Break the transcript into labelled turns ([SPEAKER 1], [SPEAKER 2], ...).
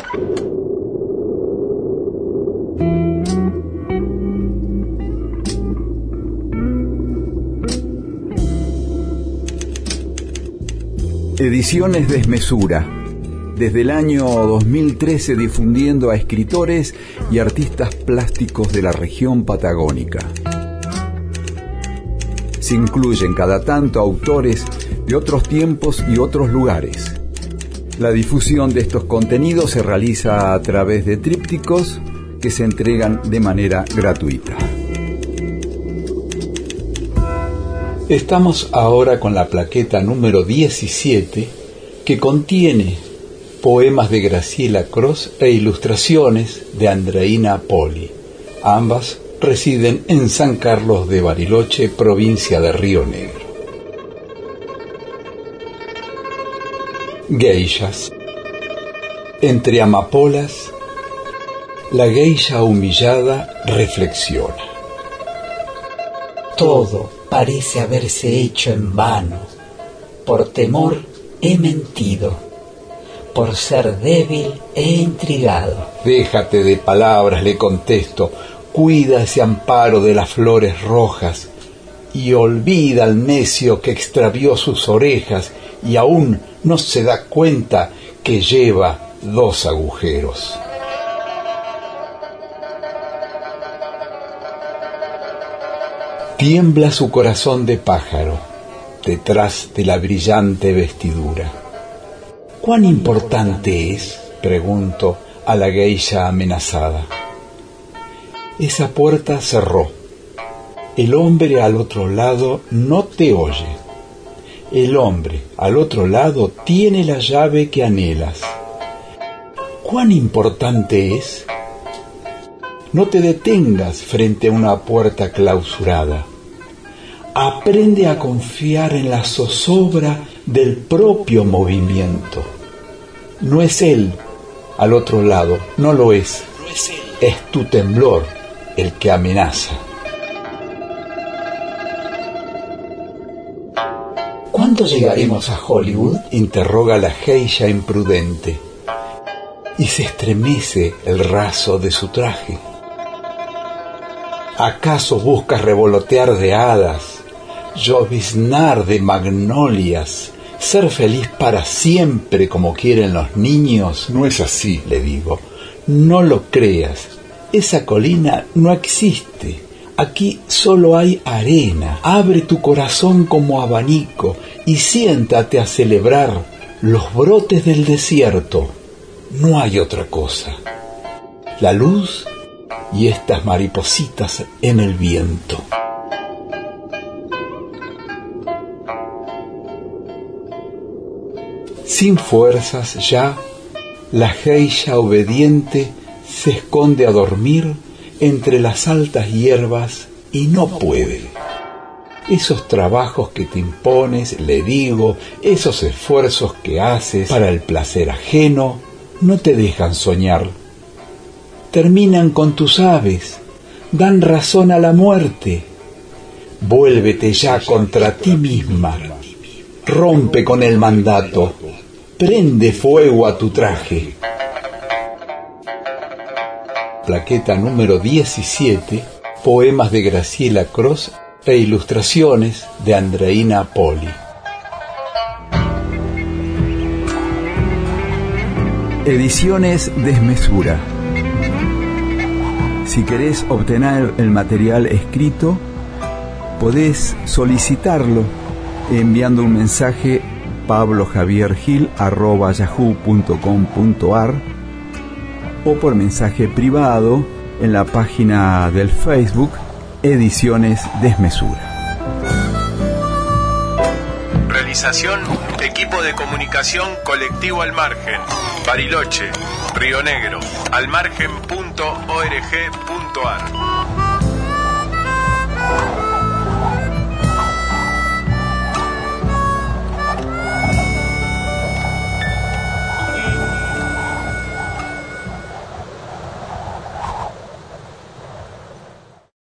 [SPEAKER 1] Ediciones Desmesura, desde el año 2013 difundiendo a escritores y artistas plásticos de la región patagónica. Se incluyen cada tanto autores de otros tiempos y otros lugares. La difusión de estos contenidos se realiza a través de trípticos que se entregan de manera gratuita. Estamos ahora con la plaqueta número 17, que contiene poemas de Graciela Cross e ilustraciones de Andreina Poli. Ambas residen en San Carlos de Bariloche, provincia de Río Negro. Geishas. Entre amapolas, la geisha humillada reflexiona.
[SPEAKER 2] Todo parece haberse hecho en vano. Por temor he mentido. Por ser débil he intrigado.
[SPEAKER 1] Déjate de palabras, le contesto. Cuida ese amparo de las flores rojas y olvida al necio que extravió sus orejas y aún no se da cuenta que lleva 2 agujeros. Tiembla su corazón de pájaro detrás de la brillante vestidura. ¿Cuán importante es?, pregunto a la geisha amenazada. Esa puerta cerró. El hombre al otro lado no te oye. El hombre al otro lado tiene la llave que anhelas. ¿Cuán importante es? No te detengas frente a una puerta clausurada. Aprende a confiar en la zozobra del propio movimiento. No es él al otro lado, no lo es. Es tu temblor el que amenaza.
[SPEAKER 2] ¿Cuándo llegaremos a Hollywood?,
[SPEAKER 1] interroga la geisha imprudente, y se estremece el raso de su traje. ¿Acaso buscas revolotear de hadas, lloviznar de magnolias, ser feliz para siempre como quieren los niños? No es así, le digo. No lo creas. Esa colina no existe. Aquí solo hay arena. Abre tu corazón como abanico y siéntate a celebrar los brotes del desierto. No hay otra cosa. La luz y estas maripositas en el viento. Sin fuerzas ya, la geisha obediente se esconde a dormir entre las altas hierbas y no puede. Esos trabajos que te impones, le digo, esos esfuerzos que haces para el placer ajeno, no te dejan soñar. Terminan con tus aves, dan razón a la muerte. Vuélvete ya contra ti misma, rompe con el mandato, prende fuego a tu traje. Plaqueta número 17, poemas de Graciela Cross e ilustraciones de Andreina Poli. Ediciones Desmesura. Si querés obtener el material escrito, podés solicitarlo enviando un mensaje pablojaviergil@yahoo.com.ar o por mensaje privado en la página del Facebook Ediciones Desmesura.
[SPEAKER 3] Realización: Equipo de Comunicación Colectivo Al Margen, Bariloche, Río Negro, almargen.org.ar.